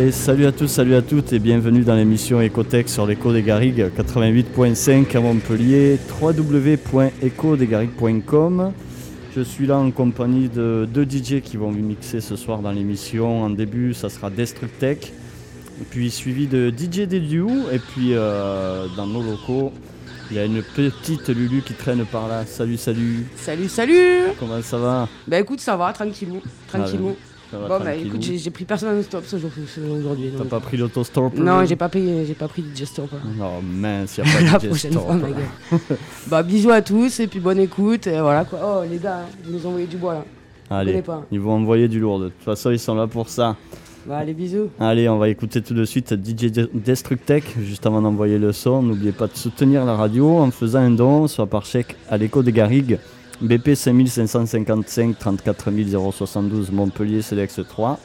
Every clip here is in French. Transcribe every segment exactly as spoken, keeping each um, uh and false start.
Allez, salut à tous, salut à toutes et bienvenue dans l'émission Ecotech sur l'écho des Garrigues quatre-vingt-huit point cinq à Montpellier, w w w point echo des garrigues point com. Je suis là en compagnie de deux D J qui vont mixer ce soir dans l'émission. En début, ça sera Destructech, puis suivi de D J Dediu, et puis euh, dans nos locaux, il y a une petite Lulu qui traîne par là. Salut, salut. Salut, salut. Comment ça va? Bah écoute, ça va, tranquillou, tranquillou. Ah, ouais. Bon bah écoute, j'ai, j'ai pris personne en stop ce jour, ce, aujourd'hui. T'as donc. pas pris l'autostop? Non, j'ai pas pris, j'ai pas pris de stop. Hein. Non mince, y'a pas de La stop. prochaine fois, ma gueule. Bah bisous à tous et puis bonne écoute et voilà quoi. Oh les gars, ils nous ont envoyé du bois là. Allez, pas. ils vont envoyer du lourd. De toute façon, ils sont là pour ça. Bah allez, bisous. Allez, on va écouter tout de suite D J Destructech. Juste avant d'envoyer le son, n'oubliez pas de soutenir la radio en faisant un don, soit par chèque à l'écho des Garrigues, B P cinq cinq cinq cinq trente-quatre zéro soixante-douze Montpellier C E D E X trois,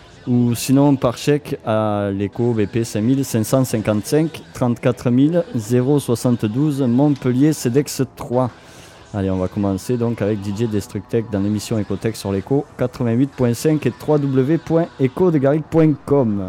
ou sinon par chèque à l'écho B P cinq cinq cinq trente-quatre zéro soixante-douze Montpellier C E D E X trois. Allez, on va commencer donc avec D J Destructech dans l'émission Ecotech sur l'écho quatre-vingt-huit point cinq et w w w point echo des garrigues point com.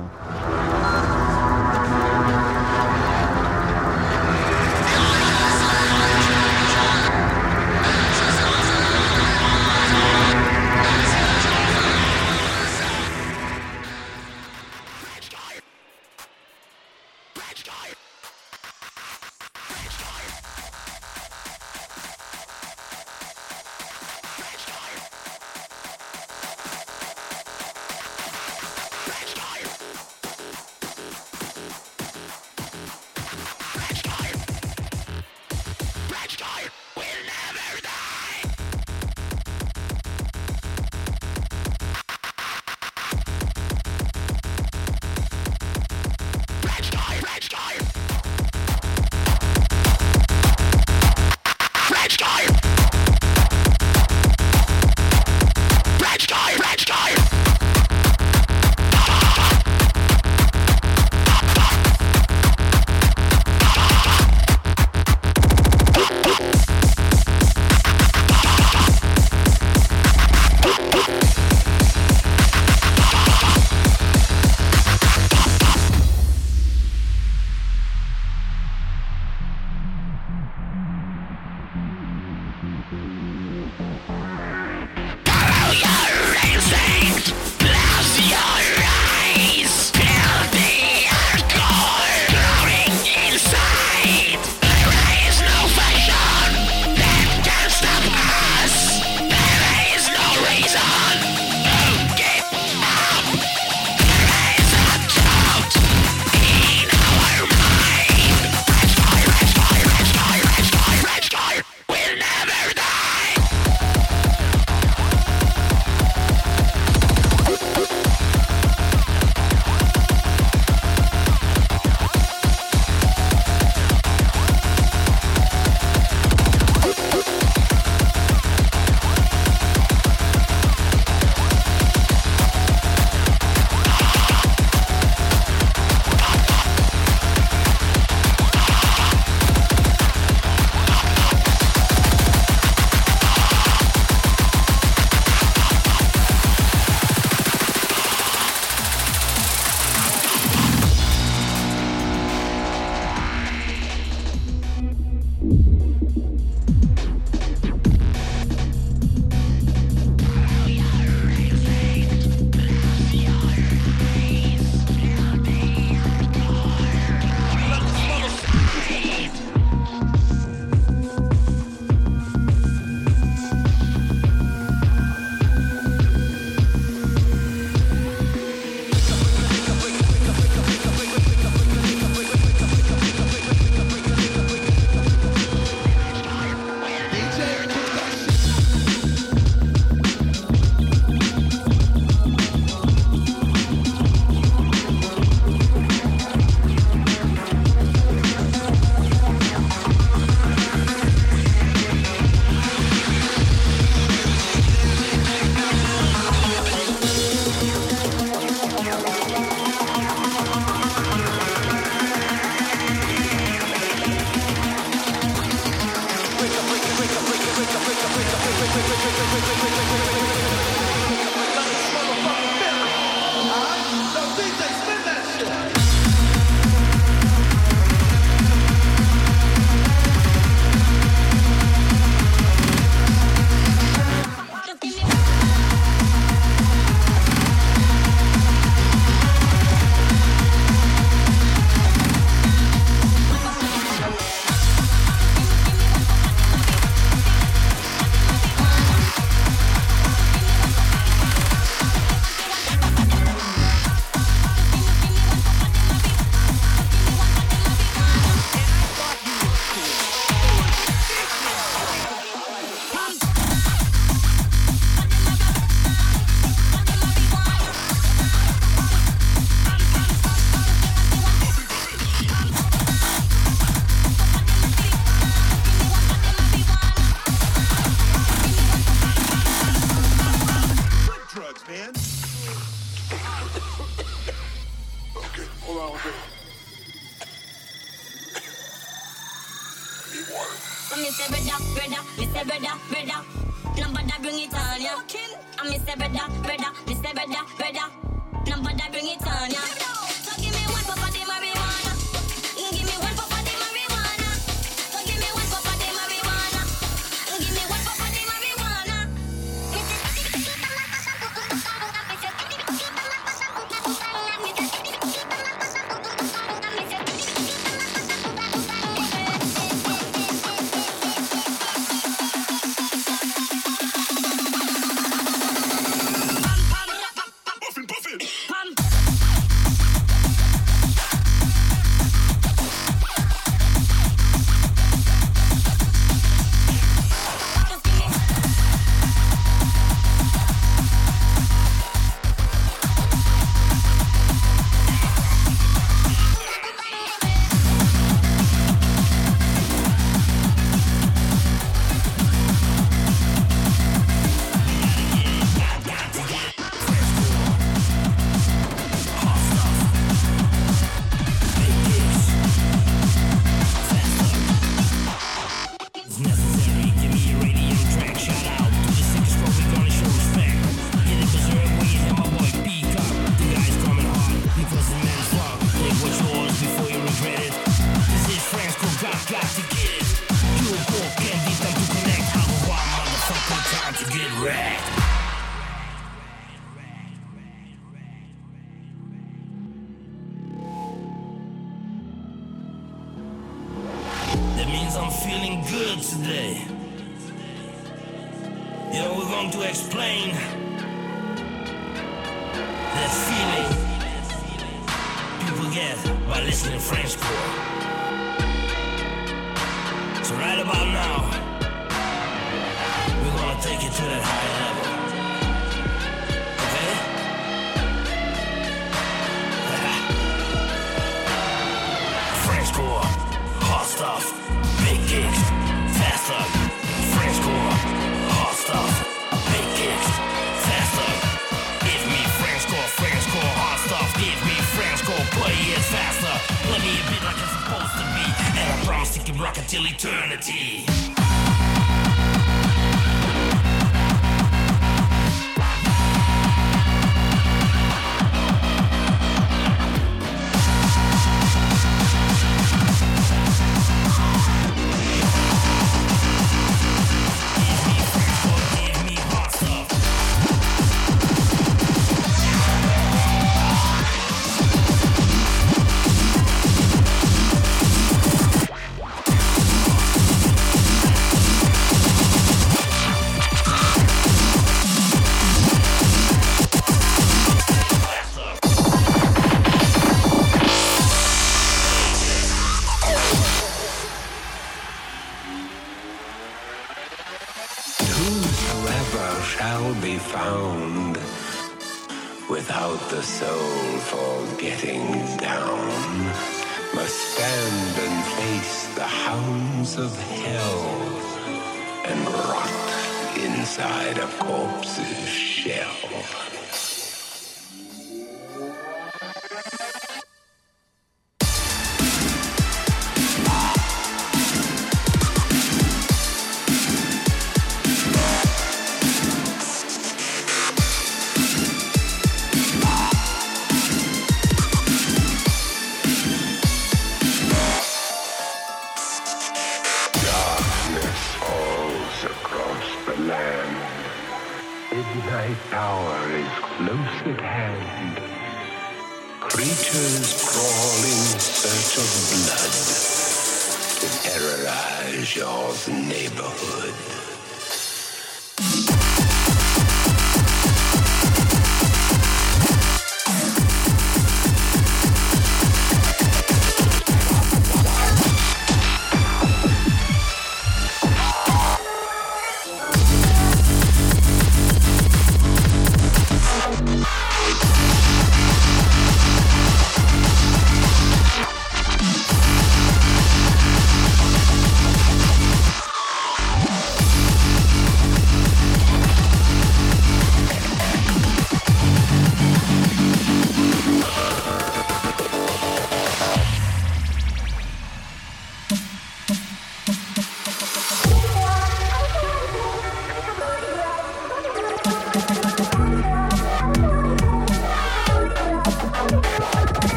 D J Smith So me say brother, brother, me say brother, brother. Nobody bring it on ya. And me say brother, brother, me say brother, brother. Nobody bring it on ya. So give me one puff of the marijuana. Give me one puff of the marijuana. So give me one puff of the marijuana. Give me one puff of the marijuana.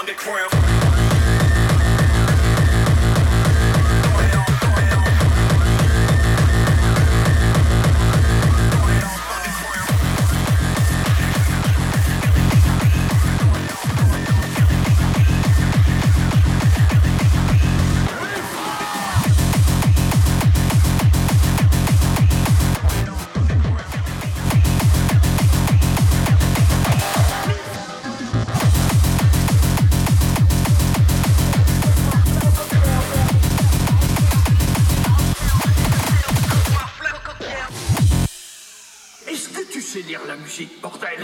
Bordel!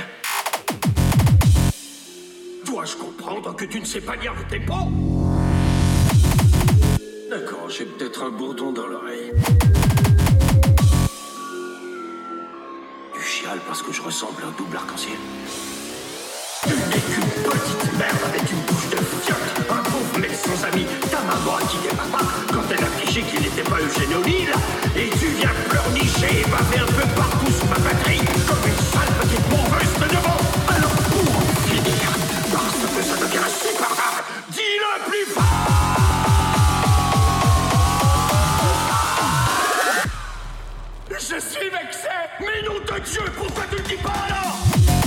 Dois-je comprendre que tu ne sais pas lire le tempo? D'accord, j'ai peut-être un bourdon dans l'oreille. Tu chiales parce que je ressemble à un double arc-en-ciel? Tu n'es qu'une petite merde avec une bouche de fiotte, un pauvre mec sans amis, ta maman a quitté papa quand elle a fiché qu'il n'était pas Eugène O'Neill, et tu viens pleurnicher et baver un peu partout sur ma batterie, comme une sale petite morveuse de devant. Alors pour en finir, parce que ça devient insupportable, dis-le plus fort! Je suis vexé, mais nom de Dieu, pourquoi tu le dis pas alors?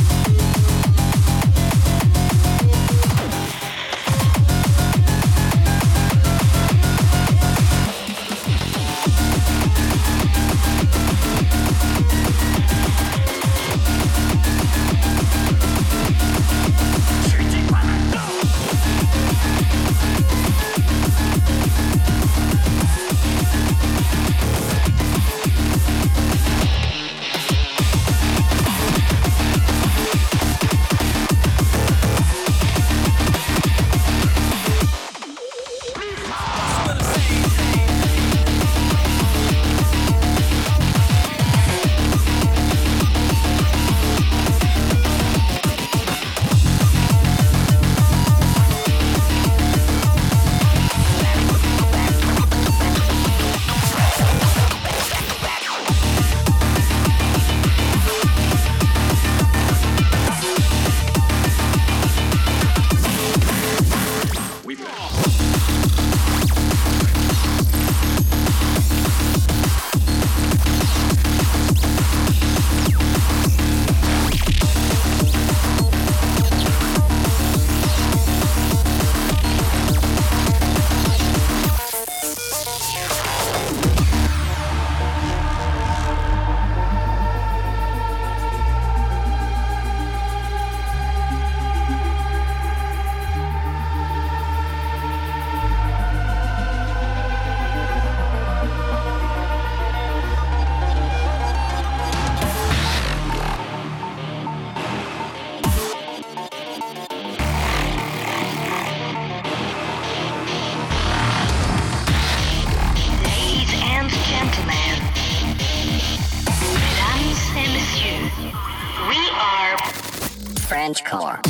Frenchcore.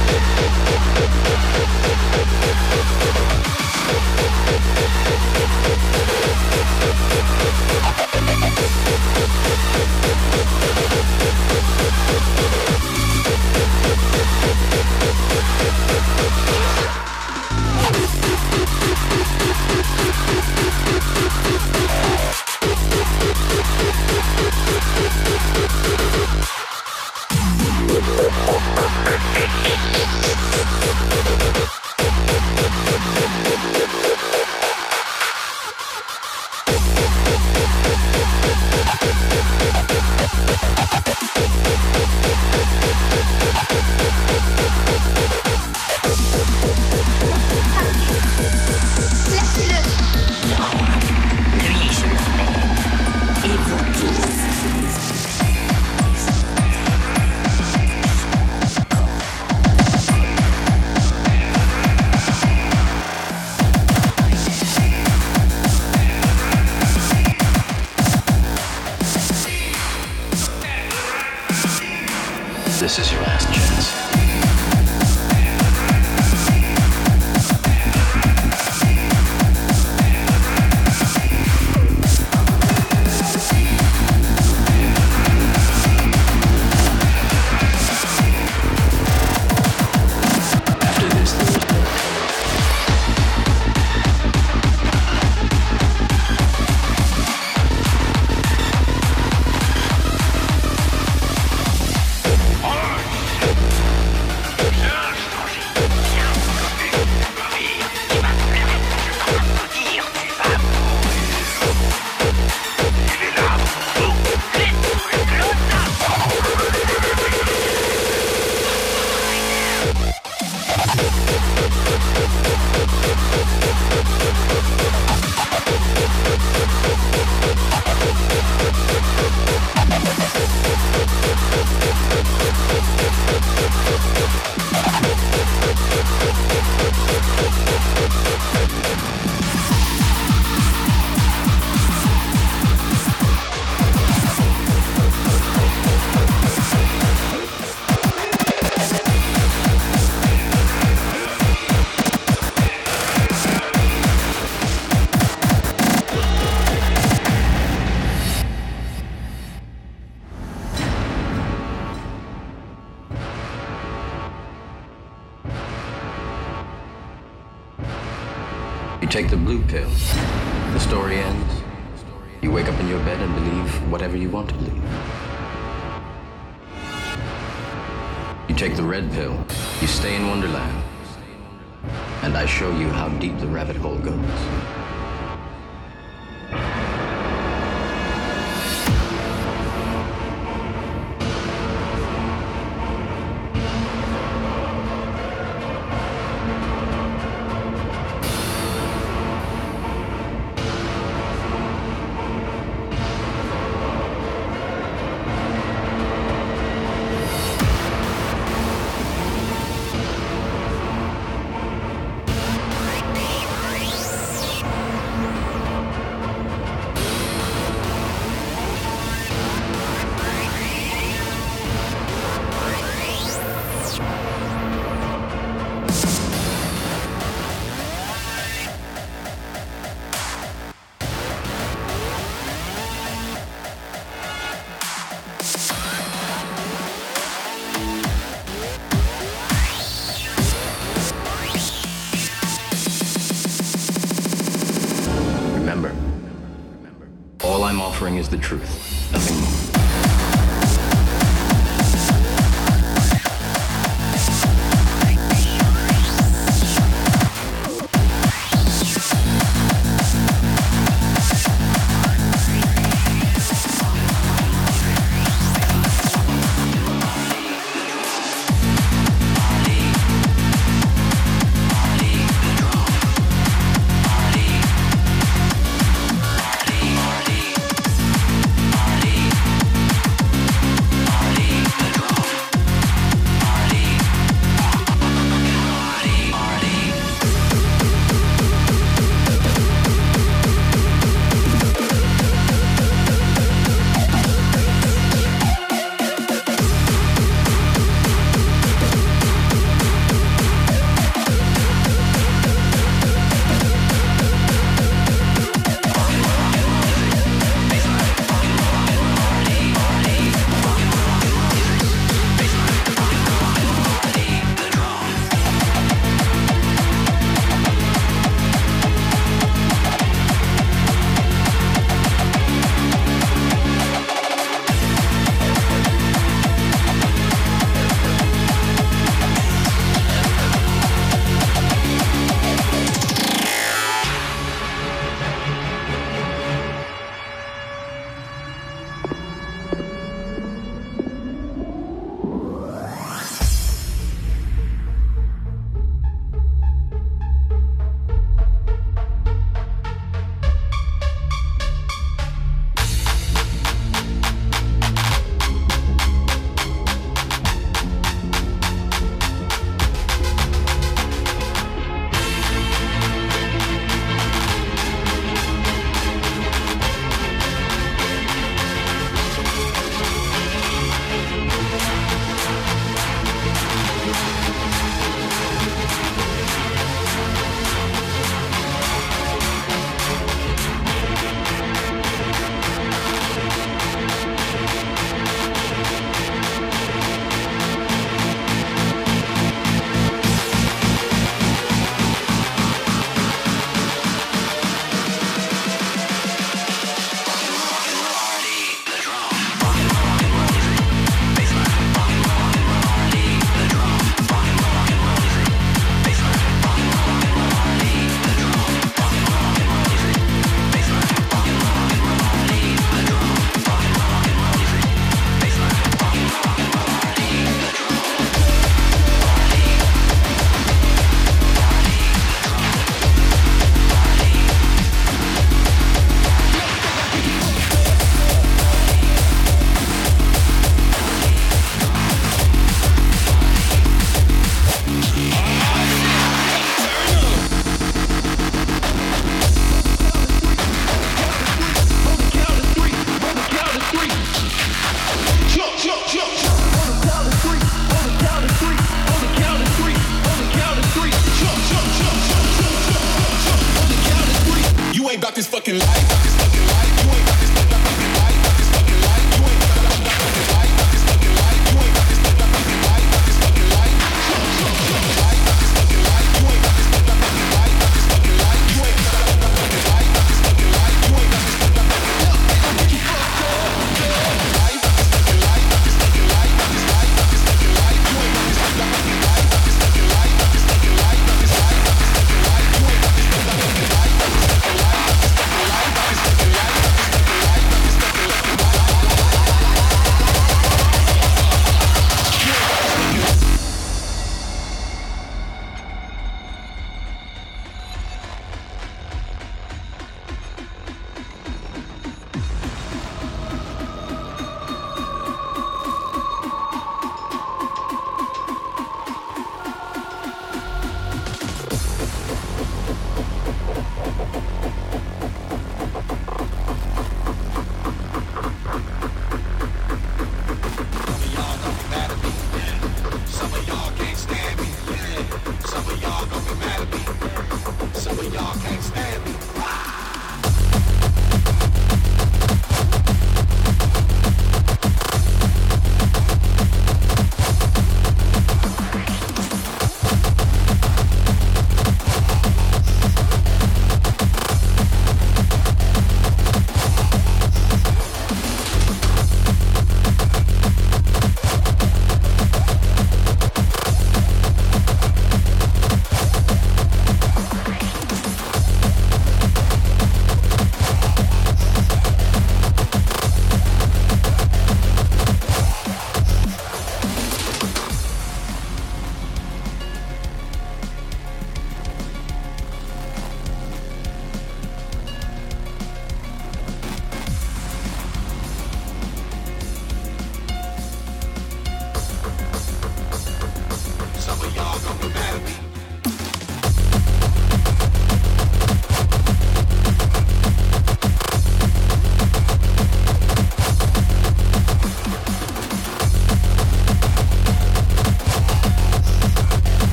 This is your last chance. Take the blue pill. The story ends. You wake up in your bed and believe whatever you want to believe. You take the red pill. You stay in Wonderland. And I show you how deep the rabbit hole goes. All I'm offering is the truth, nothing more. Party, Some of y'all gon' be mad at me. Some of y'all can't stand me.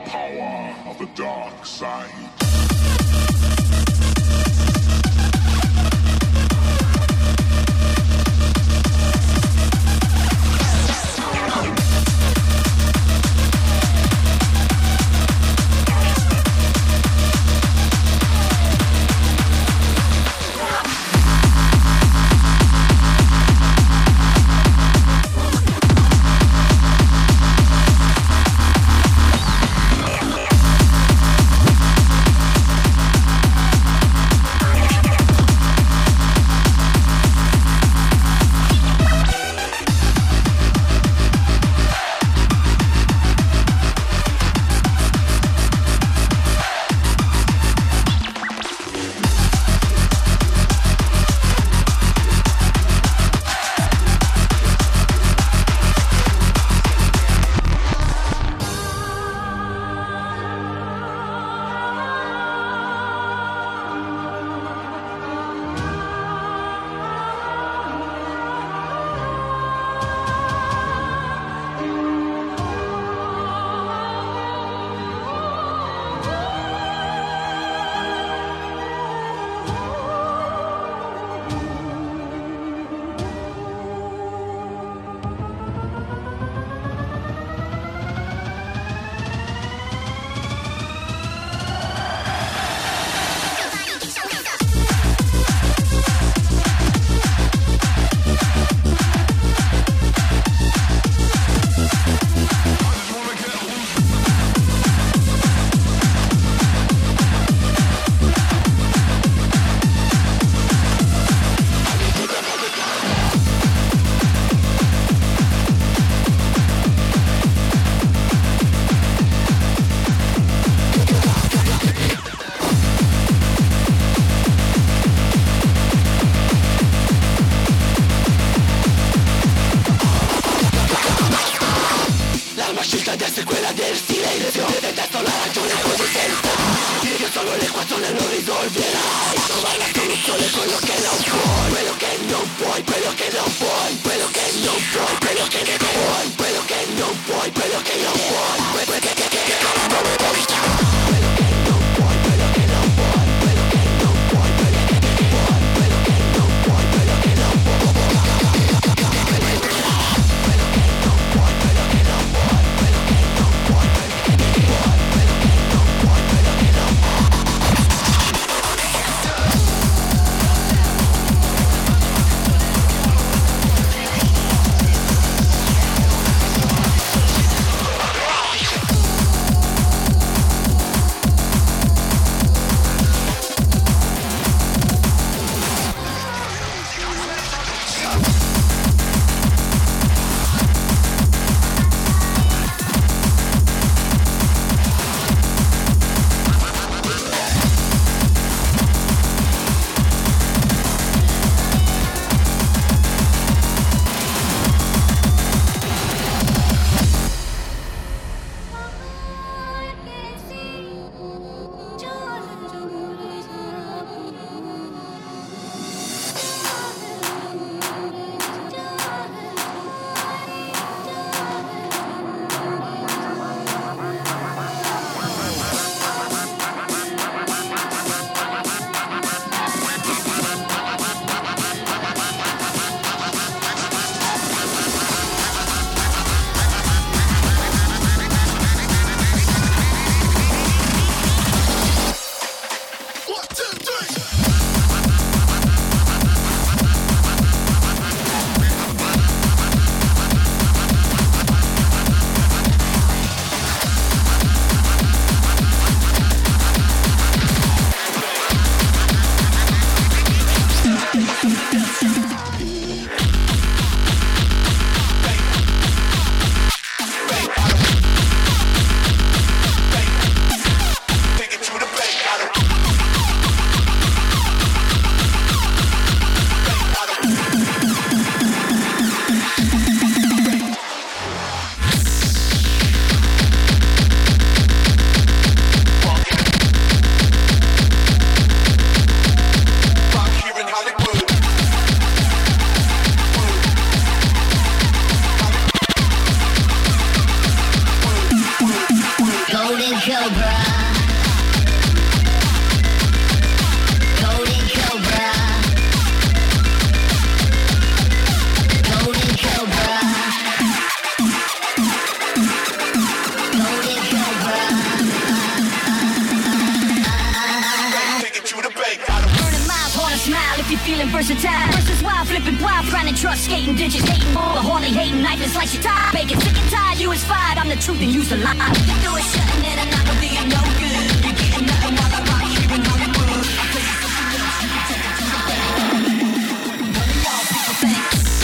power of the dark side. if you're feeling versatile. Versus wild, flipping wild, trying to trust, skating digits, hating all the horny, hating knife and slice your tie. Bacon, sick and tired, you is fired. I'm the truth and you's the lie. You do it shutting it and I'm not being no good. You're getting nothing while I rock here in Hollywood. I play you something else, you can take it to the bank. What do y'all people think?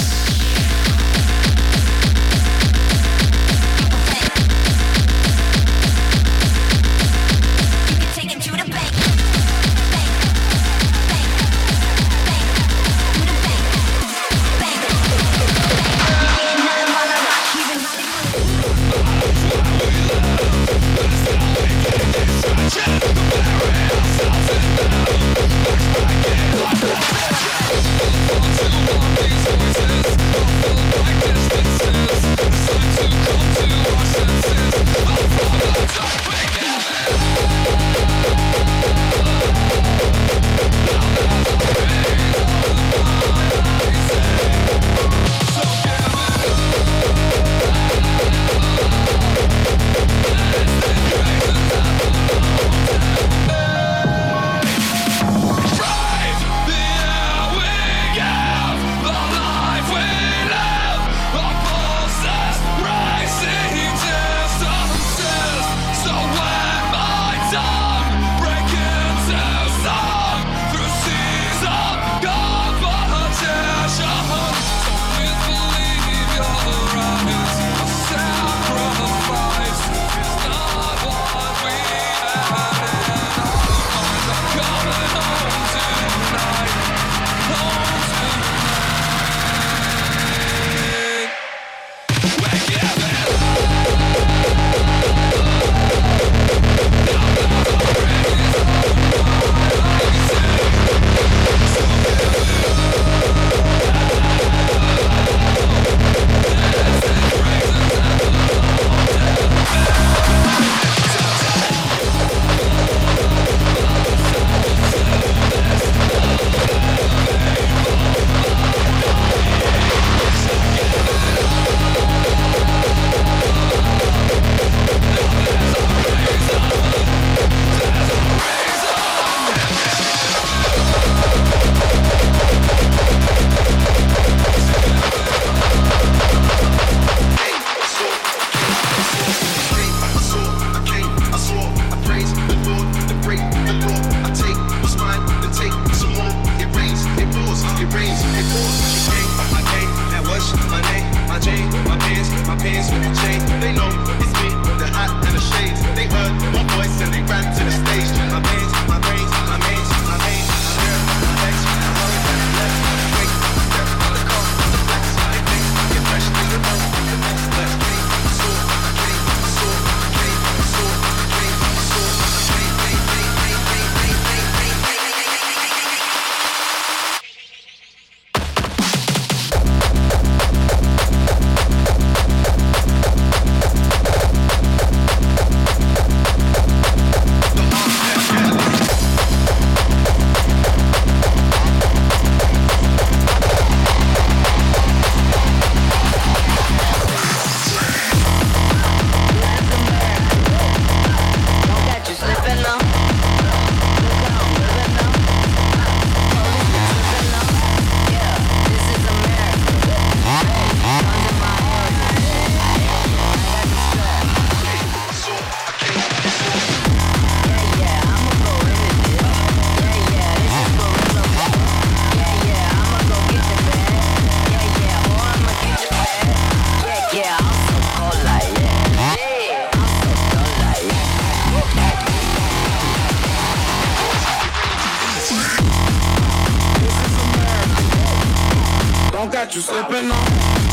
got you slipping on.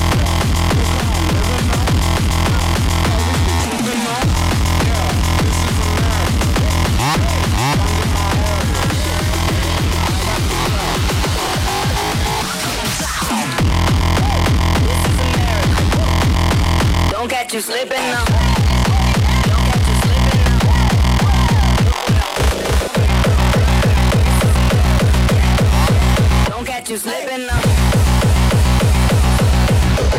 Don't catch you slipping now. Don't catch you slipping now.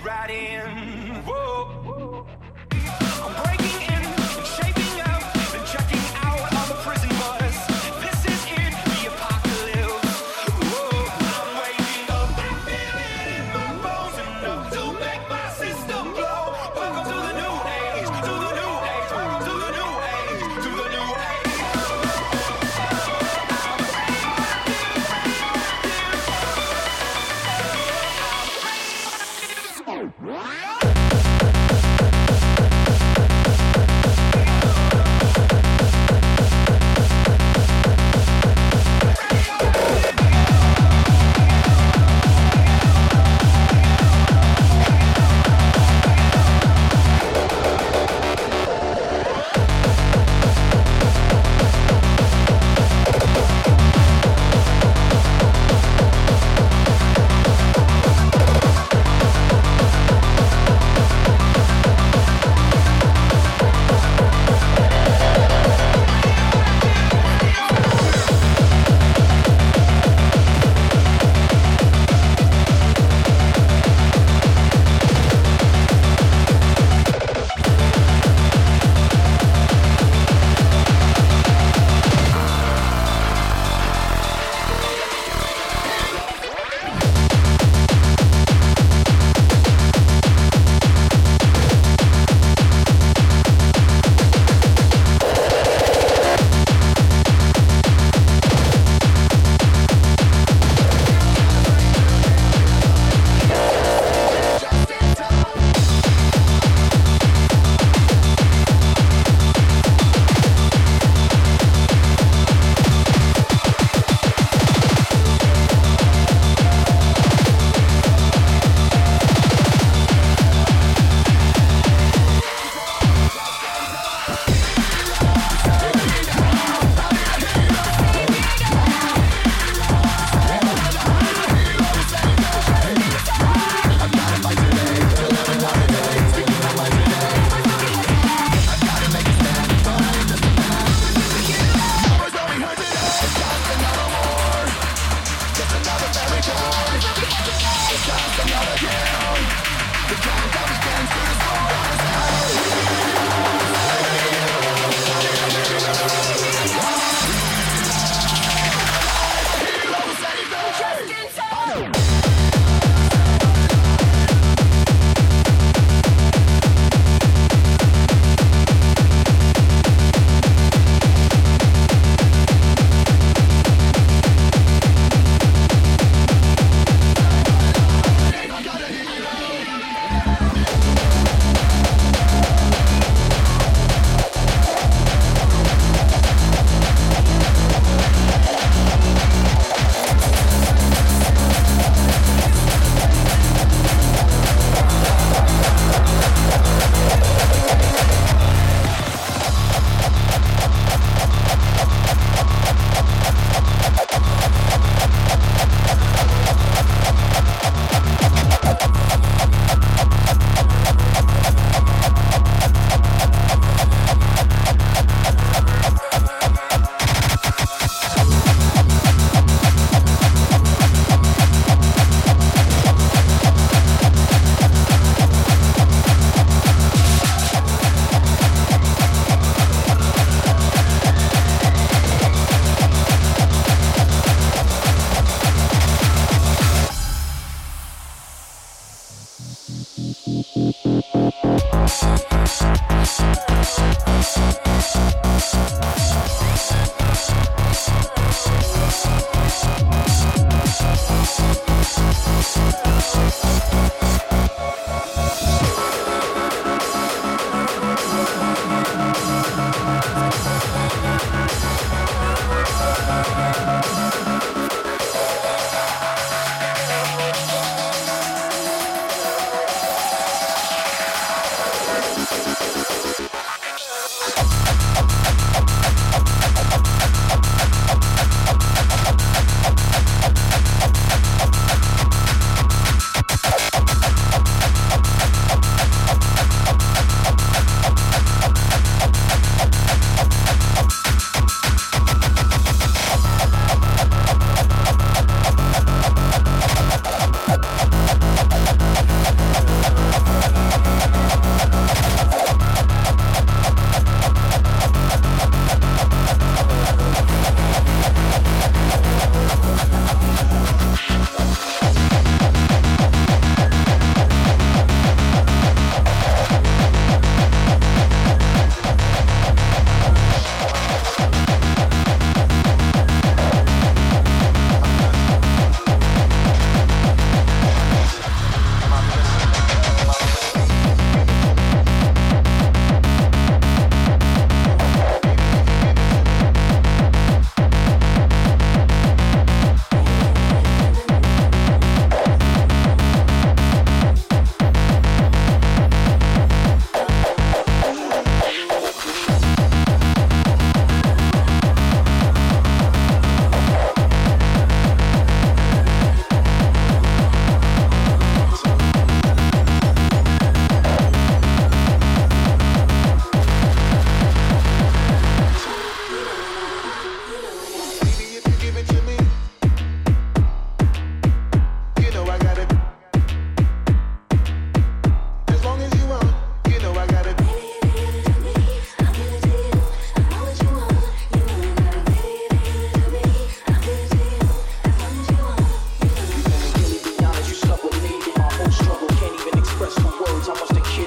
right in. Whoa. I'm breaking in and shaping out and checking out on the prison bus. This is it, the apocalypse. Whoa. I'm waking up, I'm feeling in my bones enough to make my system blow. Welcome to the new age, to the new age, welcome to the new age, to the new age. What?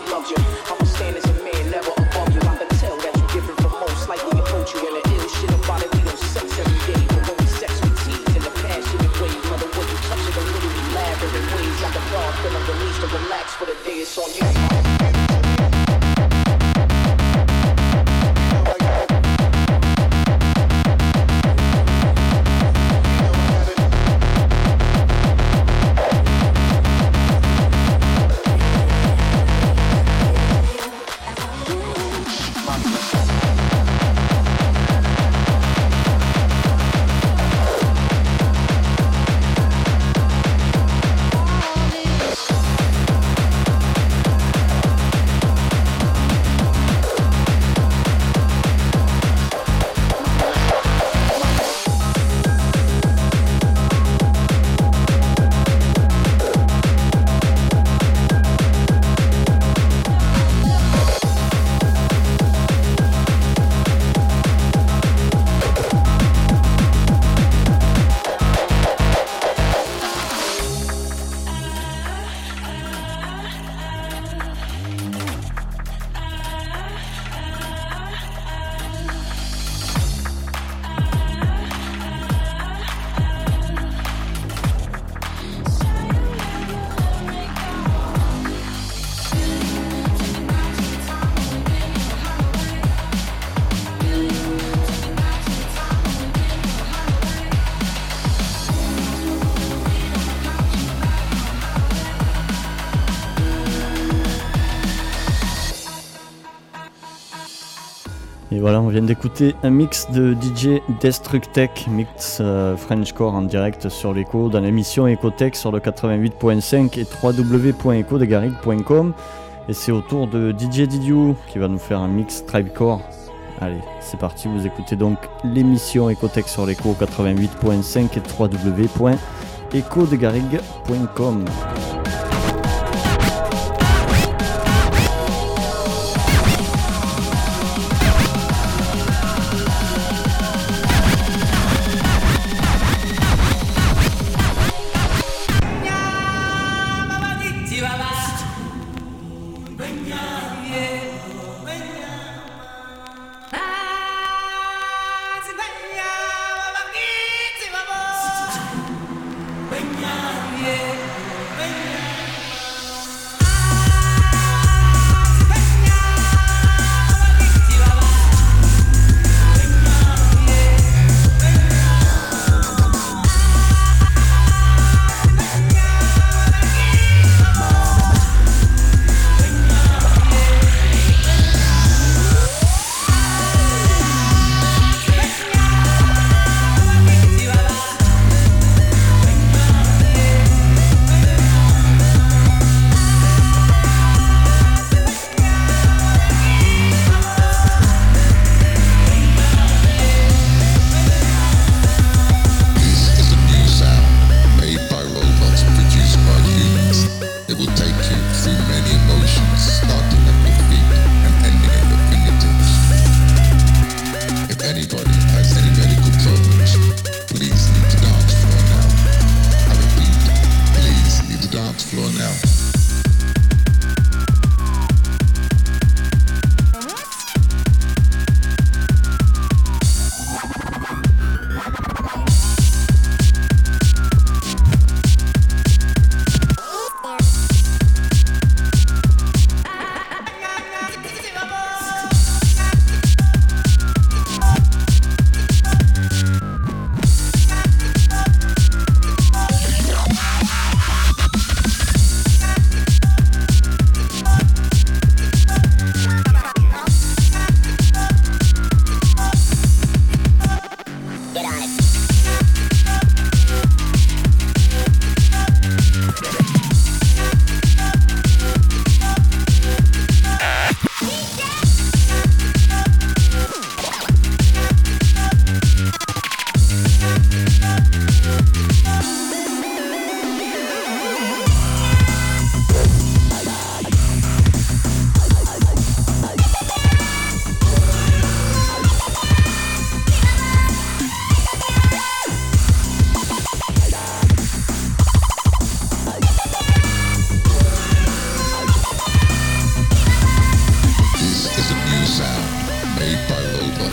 loves you. I'ma stand as a man, never above you. I can tell that you're different from most. Likely approach you and the ill shit about it. We don't sex every day, but when we sex, we tease in the passionate ways. Mother, when you touch it, don't really be laughing in ways like a dog feeling released to relax for the day. It's on you. Et voilà, on vient d'écouter un mix de D J Destructech, mix euh, Frenchcore en direct sur l'écho dans l'émission Ecotech sur le quatre-vingt-huit point cinq et w w w point echo de garrigue point com. Et c'est au tour de D J Didiou qui va nous faire un mix Tribecore. Allez, c'est parti, vous écoutez donc l'émission Ecotech sur l'écho quatre-vingt-huit point cinq et w w w point echo de garrigue point com. Yeah.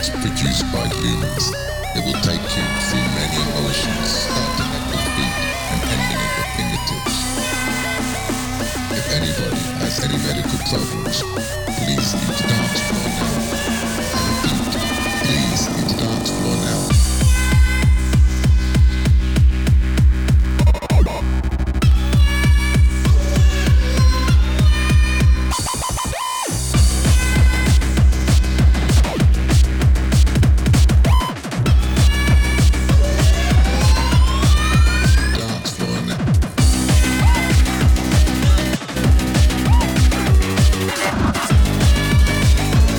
musics produced by humans. It will take you through many emotions, starting at your feet and ending at your fingertips. If anybody has any medical problems, please leave the dance floor now. I repeat, please leave the dance floor now. We'll be right back.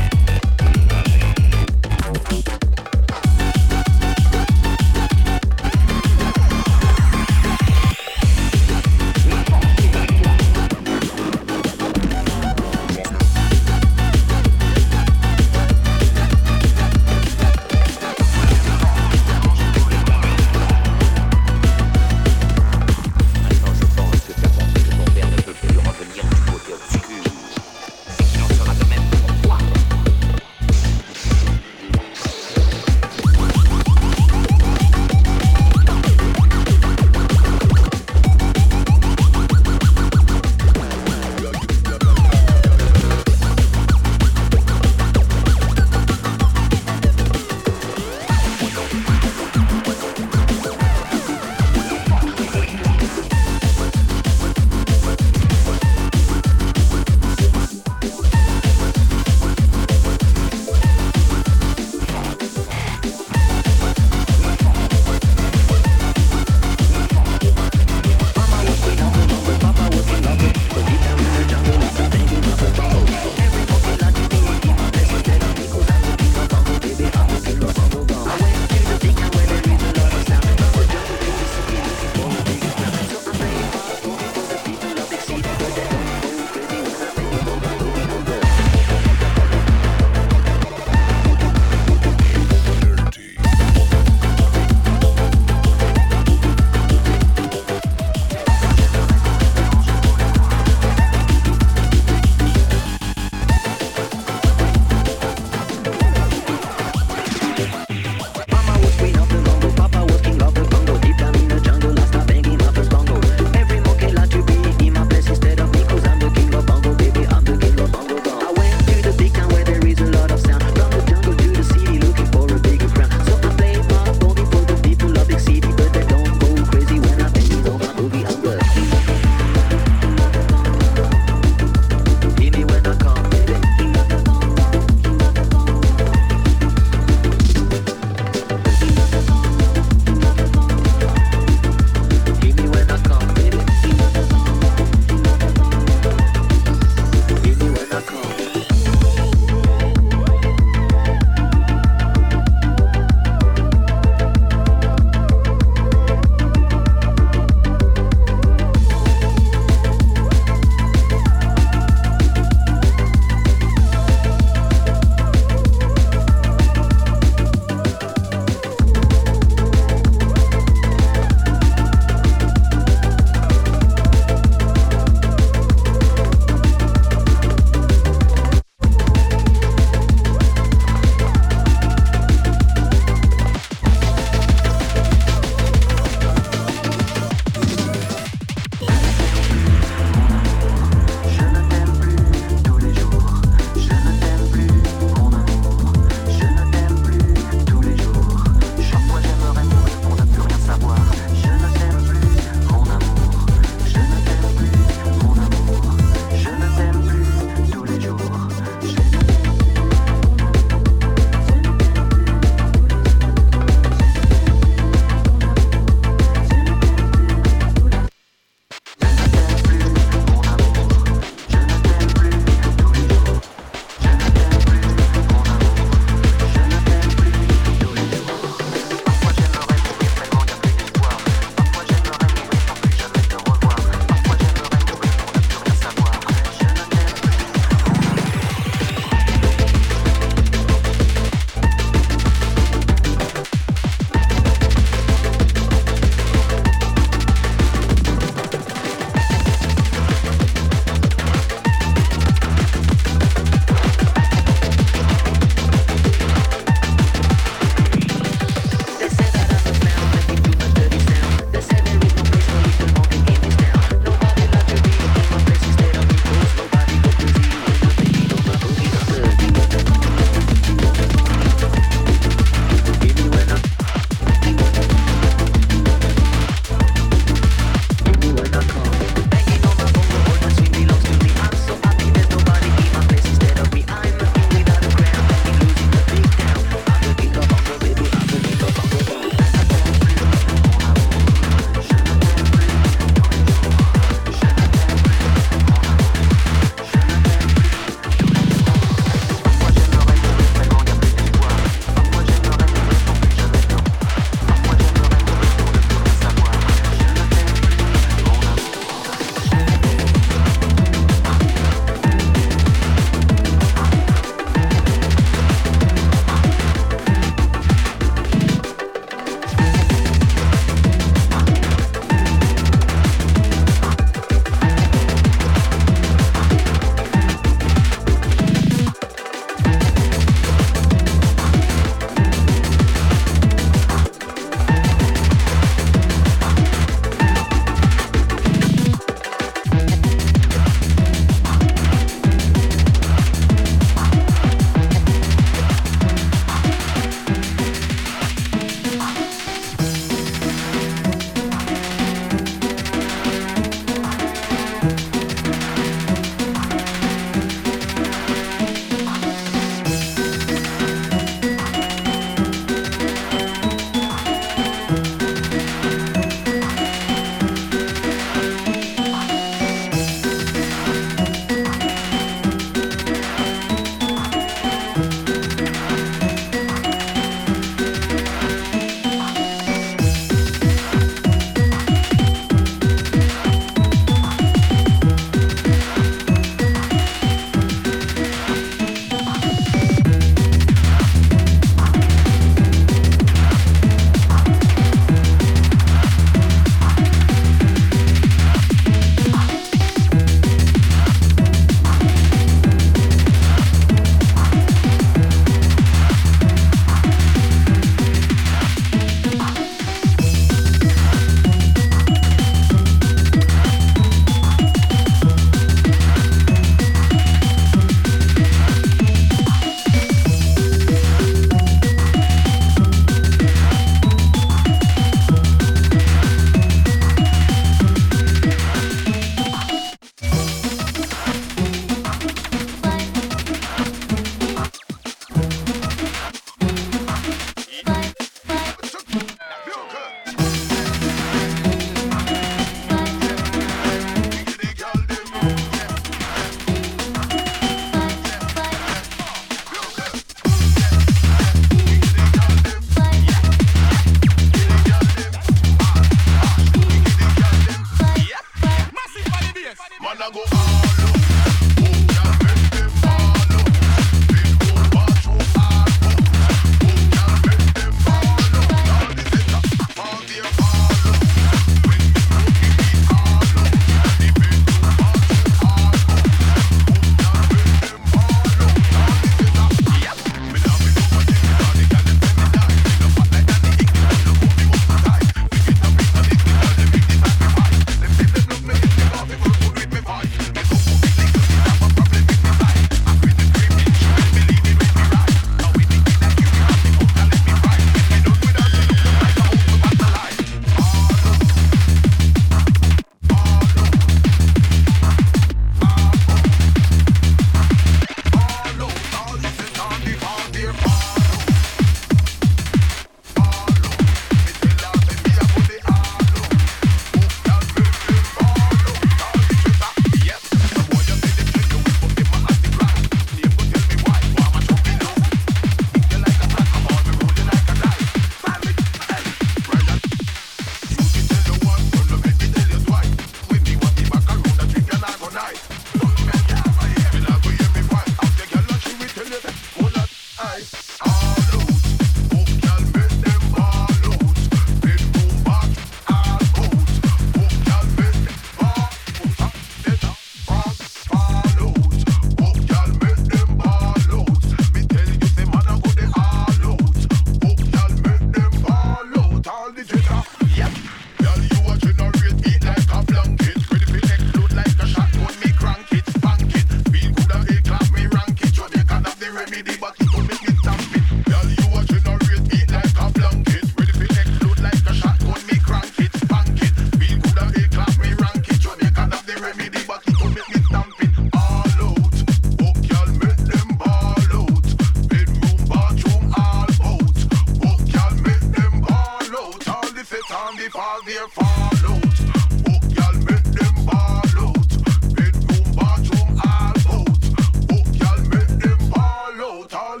remedy, but it will make me stamp it. Girl, you a generate heat like a blanket. Ready for explode like a shotgun, me crank it, spank it. Feel good and they clap me rank it. Jamaica have the remedy, but it will make me stamp it. All out, oh girl, make them ball out. Bedroom, bathroom, all out. Oh girl, make them ball out. All the set on the fall, they fall out. Oh girl, make them ball out. Bedroom, bathroom, all out. Oh girl, make them ball out. All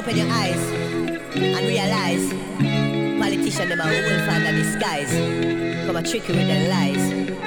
open your eyes and realize politicians them are wolf under disguise. Come a trick you with their lies.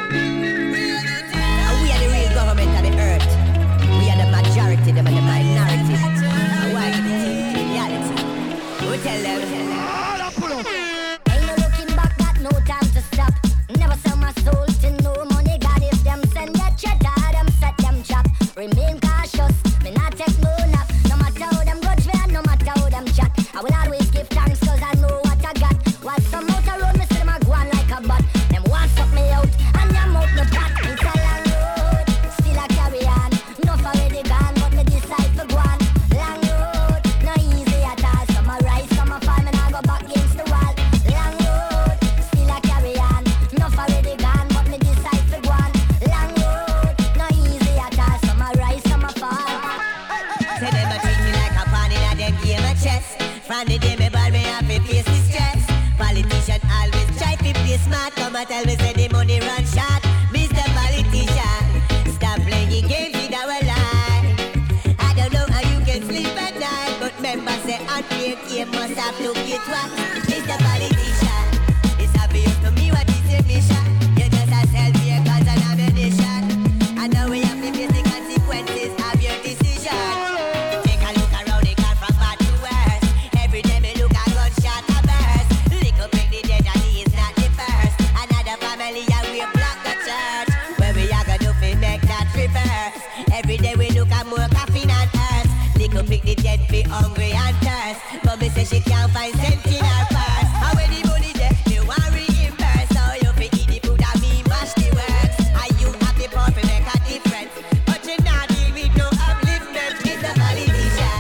And we are the real government of the earth. We are the majority, them are the minority. And why give it to reality? We tell them. Ain't no looking back, got no time to stop. Never sell my soul to no money. God, if them send that cheddar, them set them trap. Remain cautious, me not take no nap. No matter how them grudge me and no matter how them chat, I will always give thanks cause I know what I got. While some out the road, me see them a go on like a bat. Them want suck me out and them out the pot. It's a long road, still a carry on. Enough already gone, but me decide for go on. Long road, no easy at all. Some a rise, some a fall, me nah go back against the wall. Long road, still a carry on. Enough already gone, but me decide for go on. Long road, no easy at all. Some a rise, some a fall. Say them a treat me like a pawn in a them game of chess. From the day me ball, me have to face the stress. Politician always try to play smart. Come and tell me say the money run short. Mister Politician, stop playing games with our life. I don't know how you can sleep at night, but members say unfair game must have to get what. Mister Politician, it's obvious to me what is your mission. You just a self-fear cause an ammunition. And now we have to face the consequences of your decision. Take a look around the car from bad to worse. Every day me look at gunshot a burst. Lick up the dead and he is not the first. Another family and we block the church. Where we are gonna do fi make that reverse. Every day we look at more caffeine and earth. Lick up the dead fi hungry and thirst. But me say she can't find cent in her purse. And when the money there, me want reimburse. So you fi eat the food and me mash the works. And you have the power fi make a difference. But you not deal with no upliftment. Mister Politician.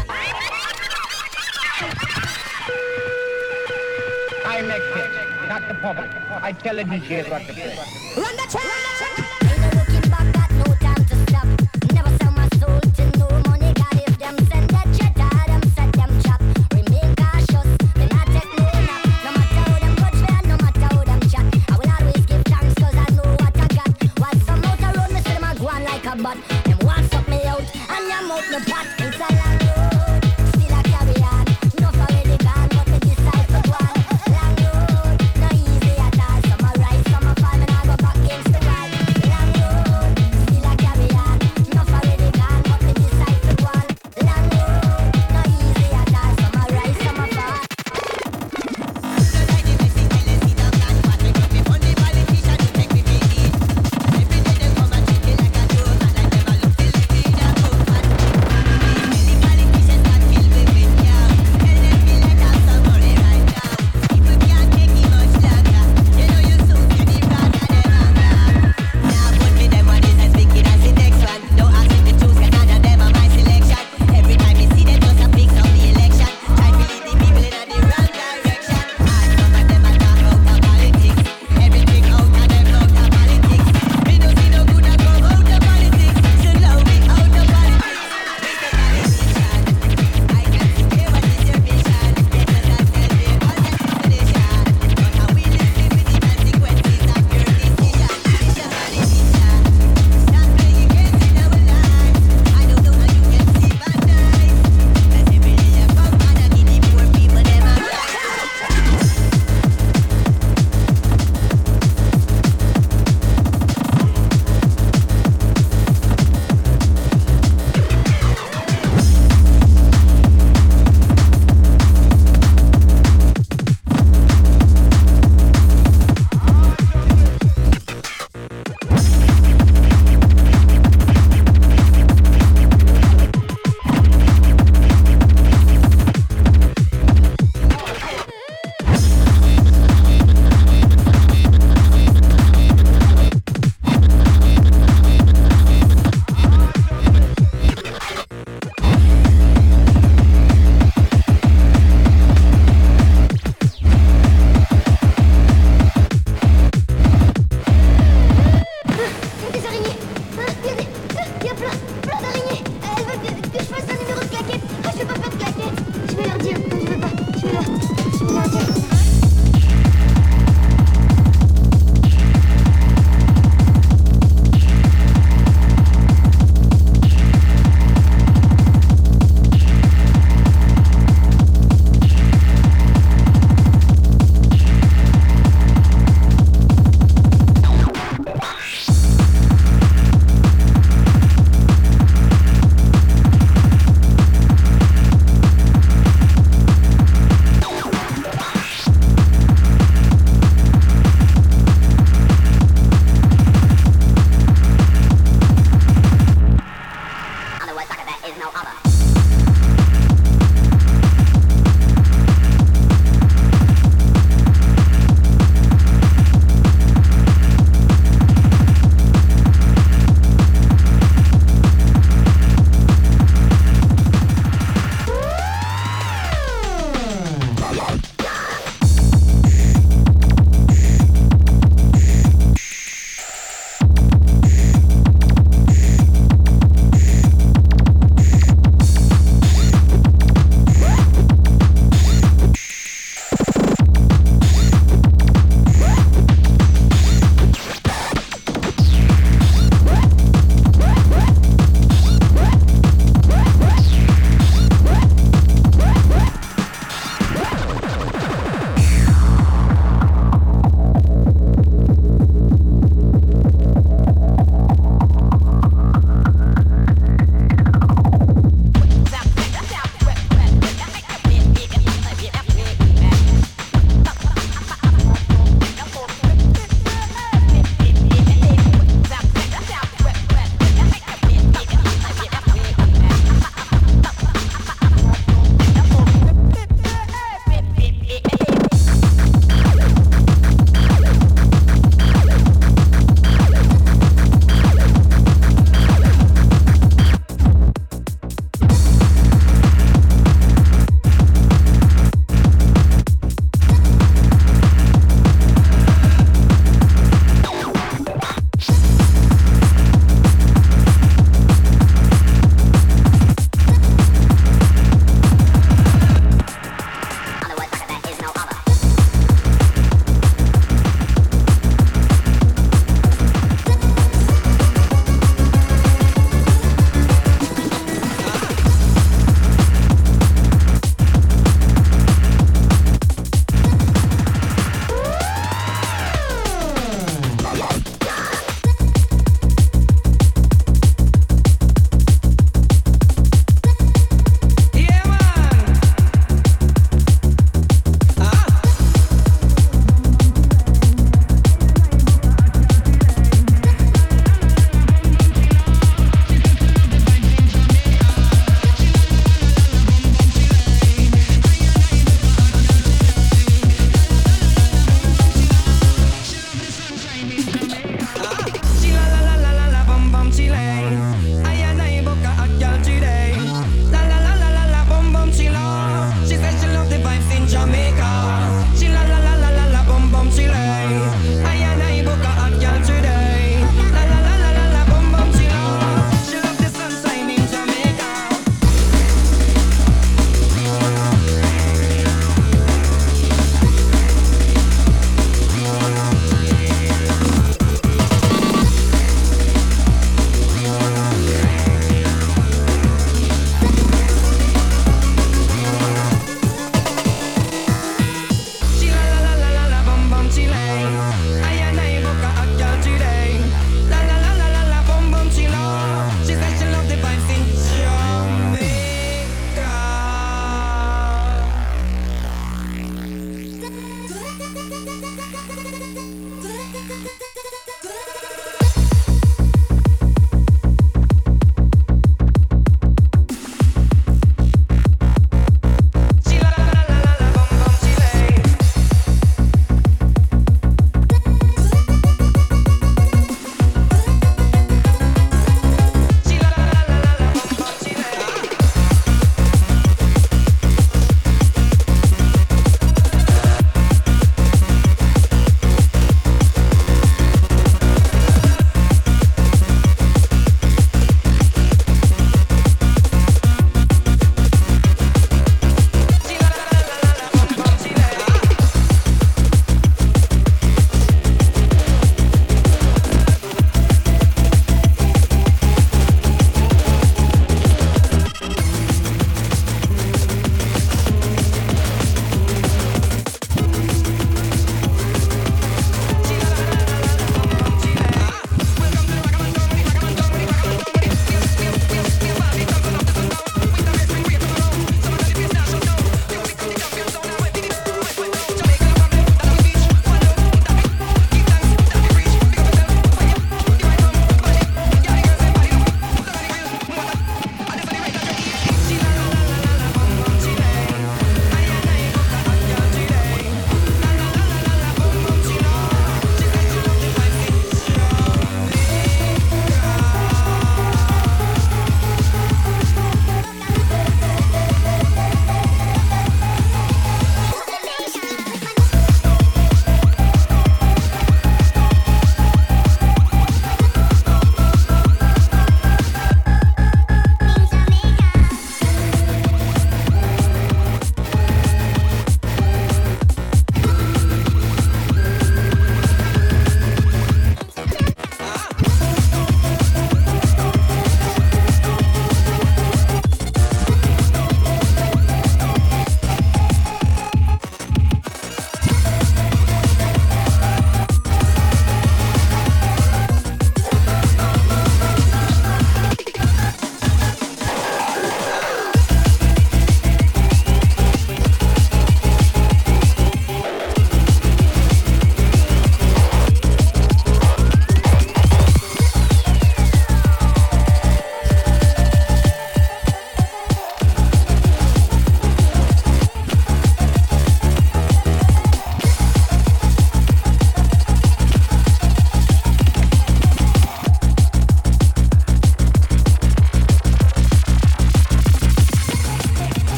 I make it, not the public. I tell the D Js what to play. Run the track, run the track. Ain't no looking back, got no time to stop. Never sell my soul to no money. God, if them send that cheddar, them set them trap. Remain cautious, me not take no nap. No matter how them grudge me and no matter how them chat, I will always give thanks cause I know what I got. While some out the road, me see them a go on like a bat. Them want suck me out and them out the pot. It's a long road, still a carry on. Enough already gone, but me decide to go on. Long road, no easy at all. Some a rise, some a fall, me nah go back against the wall. Long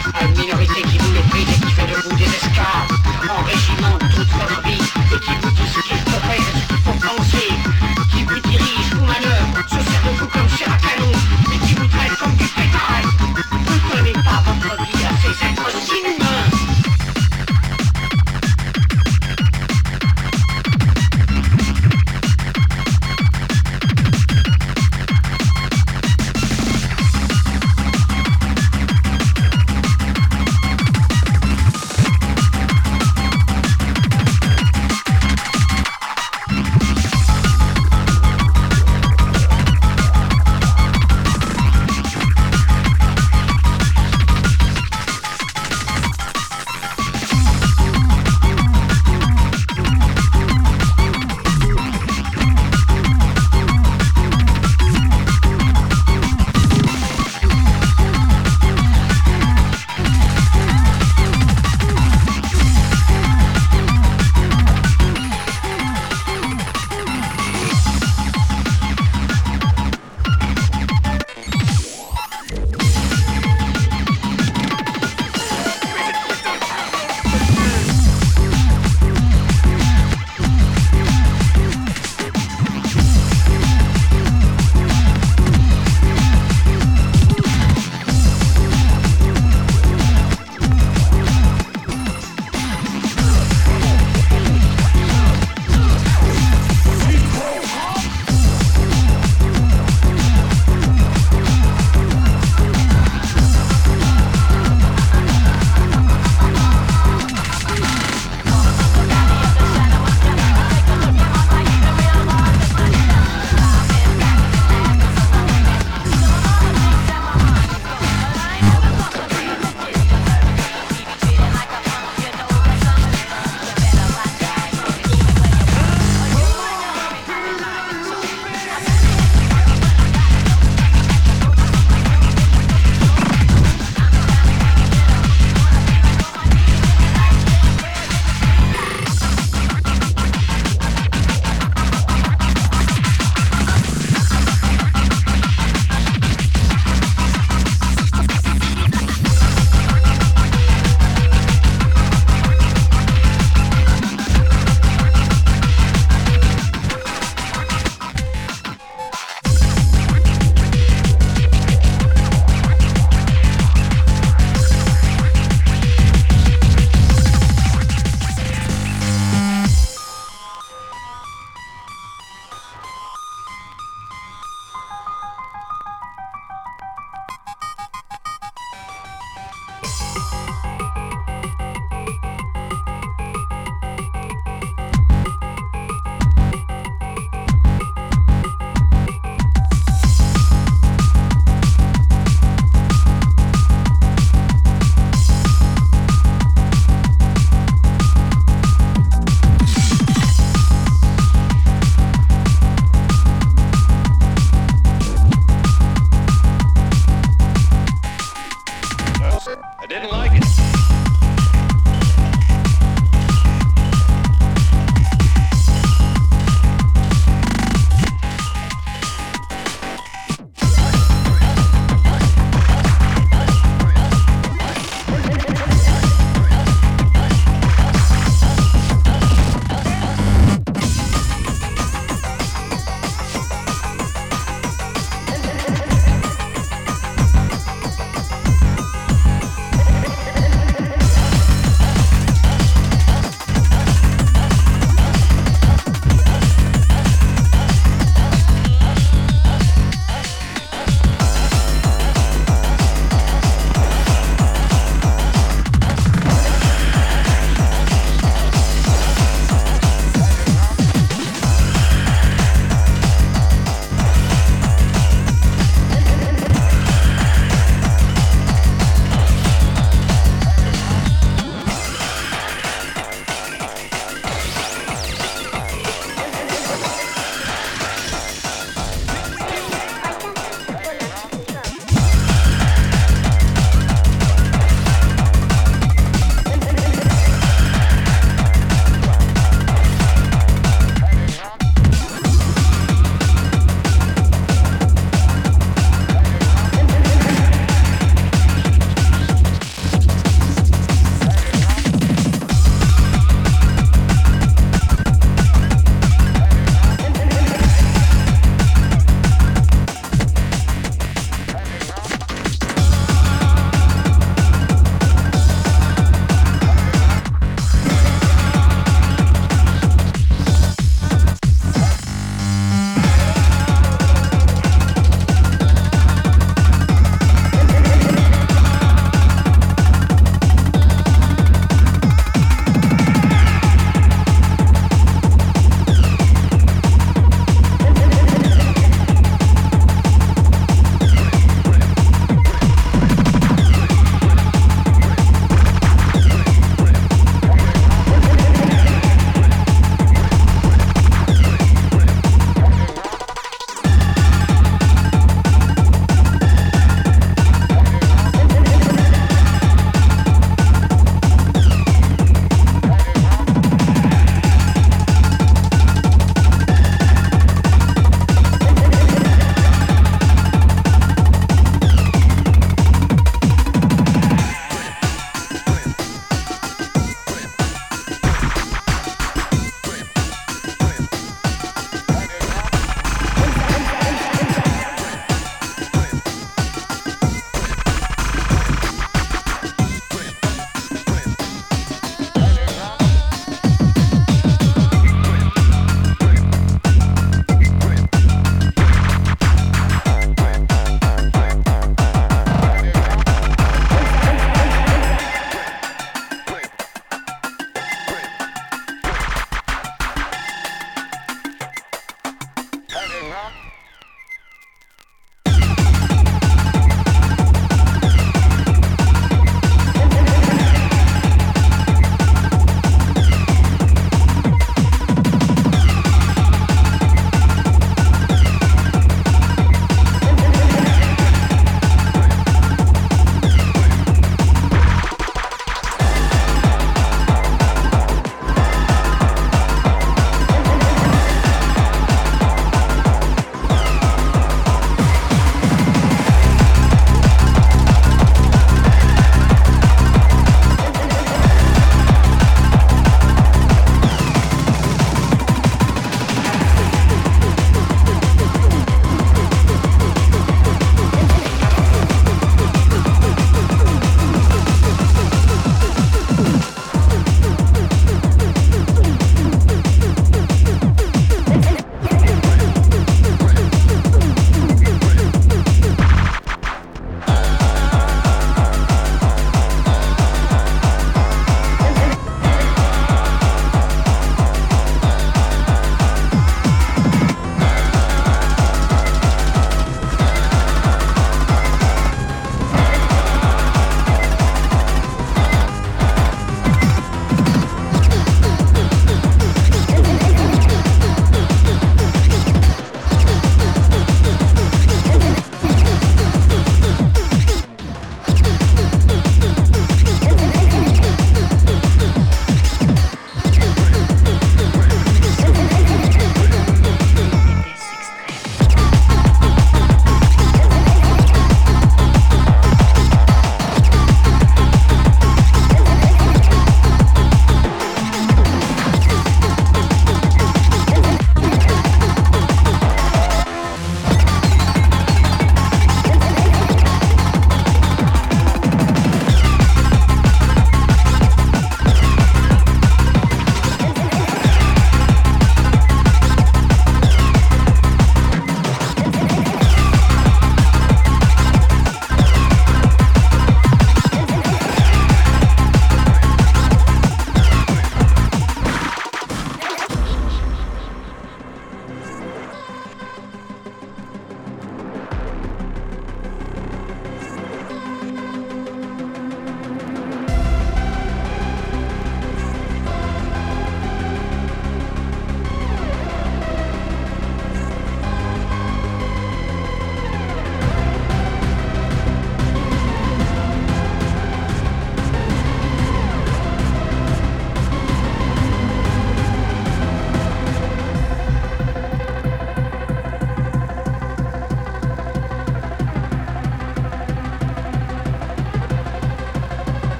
à une minorité qui vous méprise et qui fait de vous des esclaves, en régiment toute votre vie, et qui vous dit ce qu'il faut faire, ce qu'il faut penser, qui vous dirige, vous manœuvre, se sert de vous comme chair à canon, et qui vous traite comme du pétard. Vous ne donnez pas votre vie à ces êtres inhumains.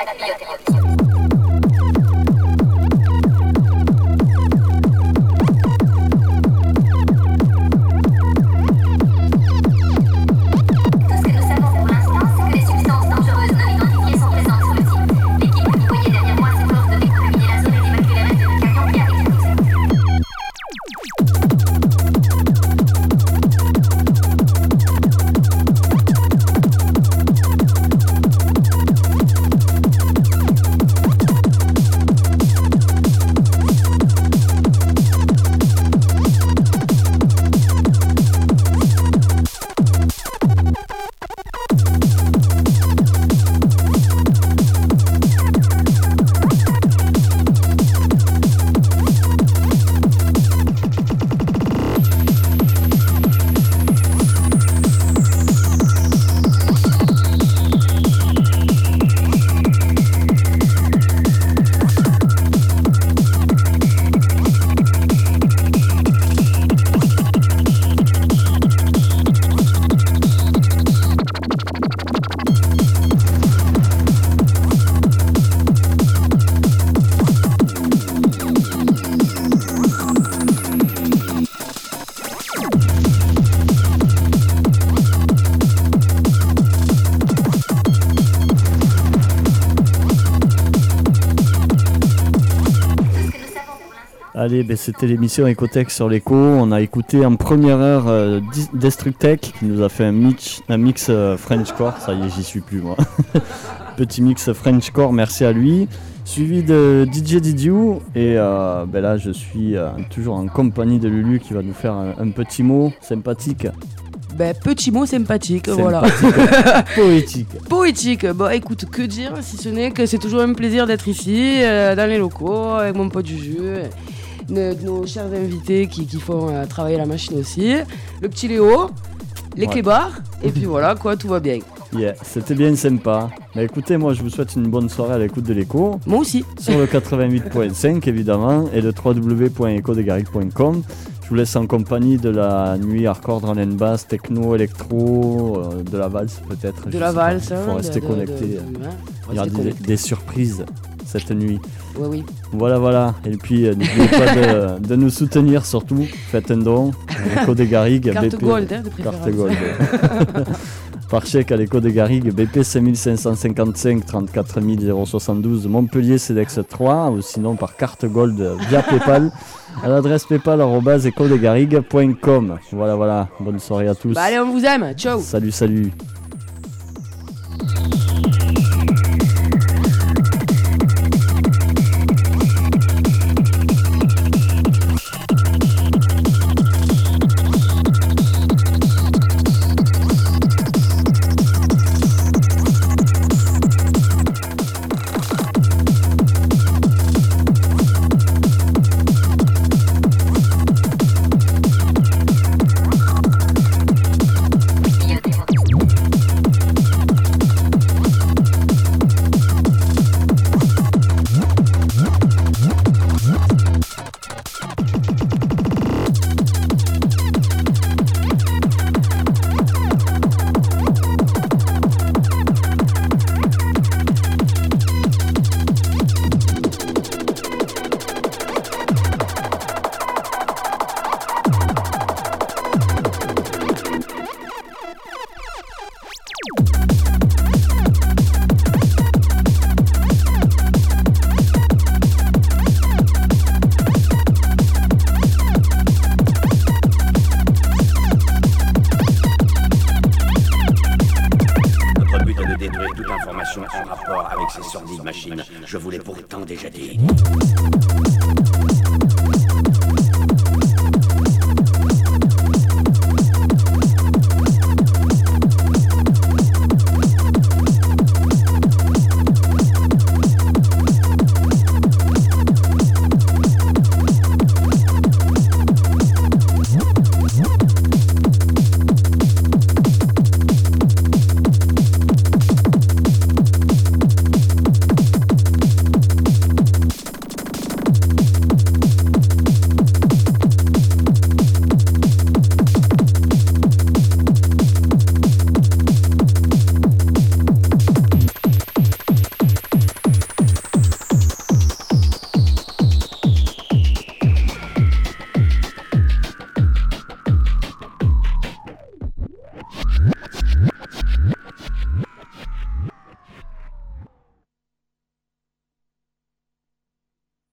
Allez, ben c'était l'émission Ecotech sur l'écho. On a écouté en première heure euh, Destructech qui nous a fait un mix, un mix euh, Frenchcore. Ça y est, j'y suis plus moi. Petit mix Frenchcore, merci à lui. Suivi de D J Didiou. Et euh, ben là, je suis euh, toujours en compagnie de Lulu qui va nous faire un, un petit mot sympathique. Ben, petit mot sympathique, Sympathique. voilà. Poétique. Poétique. Bon, écoute, que dire si ce n'est que c'est toujours un plaisir d'être ici, euh, dans les locaux, avec mon pote Juju, nos, nos chers invités qui, qui font euh, travailler la machine aussi, le petit Léo, les Ouais. clébards, et puis voilà, quoi, tout va bien. Yeah, c'était bien sympa. Bah écoutez, moi je vous souhaite une bonne soirée à l'écoute de l'écho. Moi aussi. Sur le quatre-vingt-huit point cinq évidemment et le w w w point echo de garrigue point com. Je vous laisse en compagnie de la nuit hardcore, drum and bass, techno, électro, euh, de la valse peut-être. De je la sais pas. valse, Il faut hein, rester de- de- connecté. de- de- euh. ouais, Il y aura rester des, connecté. des surprises cette nuit. Ouais, oui. Voilà, voilà. Et puis euh, n'oubliez pas de, de nous soutenir surtout. Faites un don. L'écho des Garrigues. Carte B P, gold, hein, de préférence. Carte gold. Par chèque à l'écho des Garrigues, B P cinq cinq cinq cinq, trente-quatre zéro soixante-douze, Montpellier Cedex trois, ou sinon par carte gold via PayPal, à l'adresse paypal arobase echo des garrigues point com. Voilà, voilà. Bonne soirée à tous. Bah allez, on vous aime. Ciao. Salut, salut. Notre but est de détruire toute information en rapport avec ces sordides machines. Je vous l'ai pourtant déjà dit.